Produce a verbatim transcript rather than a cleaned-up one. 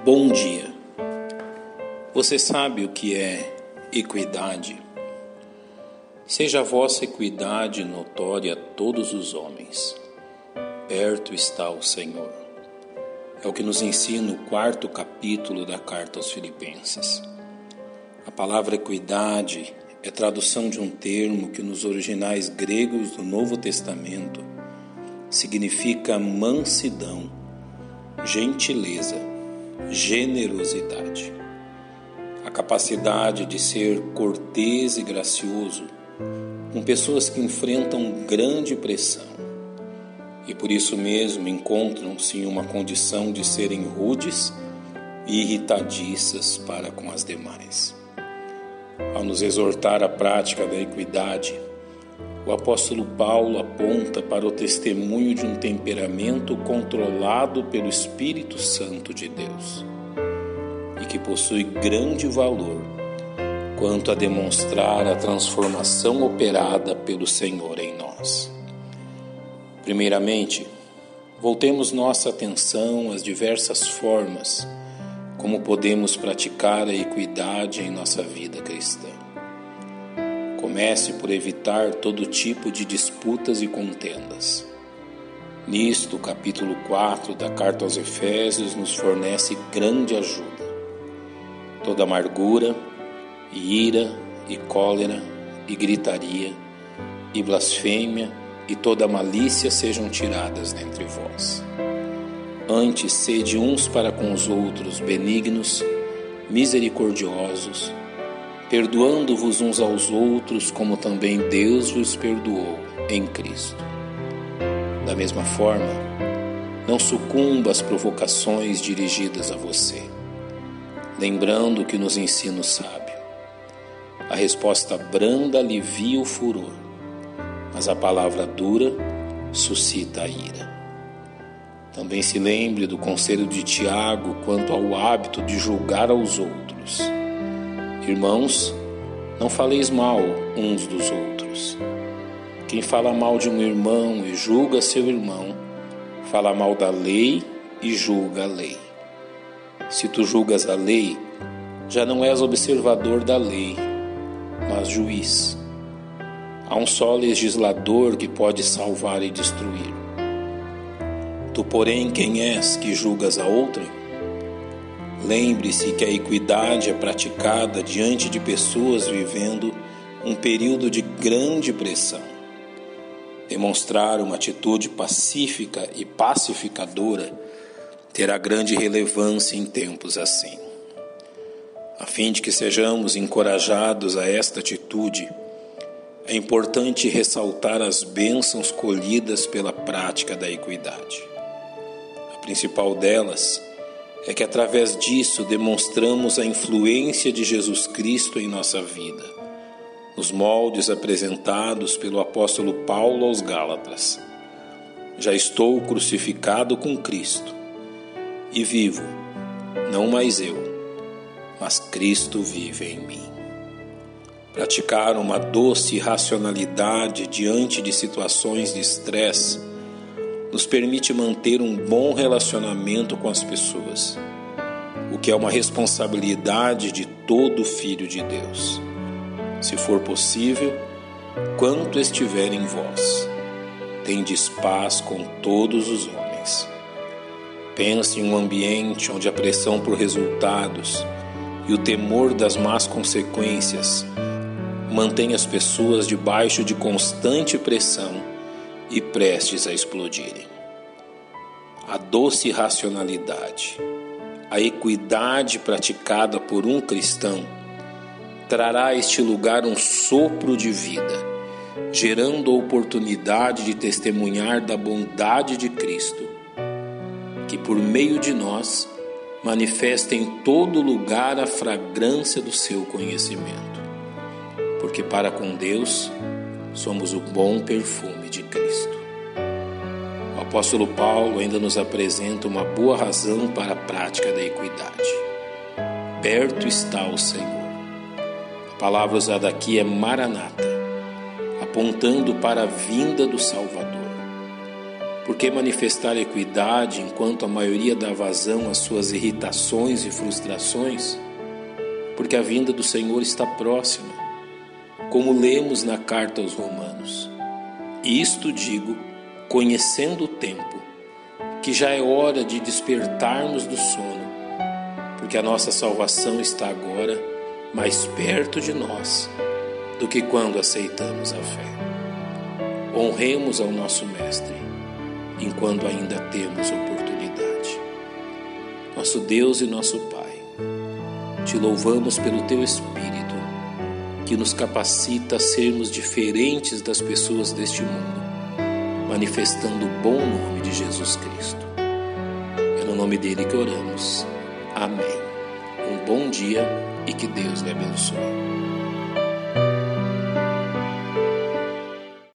Bom dia. Você sabe o que é equidade? Seja a vossa equidade notória a todos os homens. Perto está o Senhor. É o que nos ensina o quarto capítulo da carta aos Filipenses. A palavra equidade é tradução de um termo que nos originais gregos do Novo Testamento significa mansidão, gentileza, generosidade. A capacidade de ser cortês e gracioso com pessoas que enfrentam grande pressão e por isso mesmo encontram-se em uma condição de serem rudes e irritadiças para com as demais. Ao nos exortar à prática da equidade, o apóstolo Paulo aponta para o testemunho de um temperamento controlado pelo Espírito Santo de Deus e que possui grande valor quanto a demonstrar a transformação operada pelo Senhor em nós. Primeiramente, voltemos nossa atenção às diversas formas como podemos praticar a equidade em nossa vida cristã. Comece por evitar todo tipo de disputas e contendas. Nisto, o capítulo quatro da carta aos Efésios nos fornece grande ajuda. Toda amargura, e ira, e cólera, e gritaria, e blasfêmia, e toda malícia sejam tiradas dentre vós. Antes, sede uns para com os outros benignos, misericordiosos, perdoando-vos uns aos outros, como também Deus vos perdoou em Cristo. Da mesma forma, não sucumba às provocações dirigidas a você, lembrando o que nos ensina o sábio. A resposta branda alivia o furor, mas a palavra dura suscita a ira. Também se lembre do conselho de Tiago quanto ao hábito de julgar aos outros. Irmãos, não faleis mal uns dos outros. Quem fala mal de um irmão e julga seu irmão, fala mal da lei e julga a lei. Se tu julgas a lei, já não és observador da lei, mas juiz. Há um só legislador que pode salvar e destruir. Tu, porém, quem és que julgas a outrem? Lembre-se que a equidade é praticada diante de pessoas vivendo um período de grande pressão. Demonstrar uma atitude pacífica e pacificadora terá grande relevância em tempos assim. A fim de que sejamos encorajados a esta atitude, é importante ressaltar as bênçãos colhidas pela prática da equidade. A principal delas é que através disso demonstramos a influência de Jesus Cristo em nossa vida, nos moldes apresentados pelo apóstolo Paulo aos Gálatas. Já estou crucificado com Cristo e vivo, não mais eu, mas Cristo vive em mim. Praticar uma doce racionalidade diante de situações de estresse nos permite manter um bom relacionamento com as pessoas, o que é uma responsabilidade de todo filho de Deus. Se for possível, quanto estiver em vós, tendes paz com todos os homens. Pense em um ambiente onde a pressão por resultados e o temor das más consequências mantém as pessoas debaixo de constante pressão e prestes a explodirem. A doce racionalidade, a equidade praticada por um cristão trará a este lugar um sopro de vida, gerando a oportunidade de testemunhar da bondade de Cristo, que por meio de nós manifesta em todo lugar a fragrância do seu conhecimento, porque para com Deus somos o bom perfume de Cristo. O apóstolo Paulo ainda nos apresenta uma boa razão para a prática da equidade. Perto está o Senhor. A palavra usada aqui é Maranata, apontando para a vinda do Salvador. Por que manifestar equidade enquanto a maioria dá vazão às suas irritações e frustrações? Porque a vinda do Senhor está próxima, como lemos na carta aos Romanos. E isto digo, conhecendo o tempo, que já é hora de despertarmos do sono, porque a nossa salvação está agora mais perto de nós do que quando aceitamos a fé. Honremos ao nosso Mestre, enquanto ainda temos oportunidade. Nosso Deus e nosso Pai, te louvamos pelo Teu Espírito, que nos capacita a sermos diferentes das pessoas deste mundo, manifestando o bom nome de Jesus Cristo. É no nome dele que oramos. Amém. Um bom dia e que Deus lhe abençoe.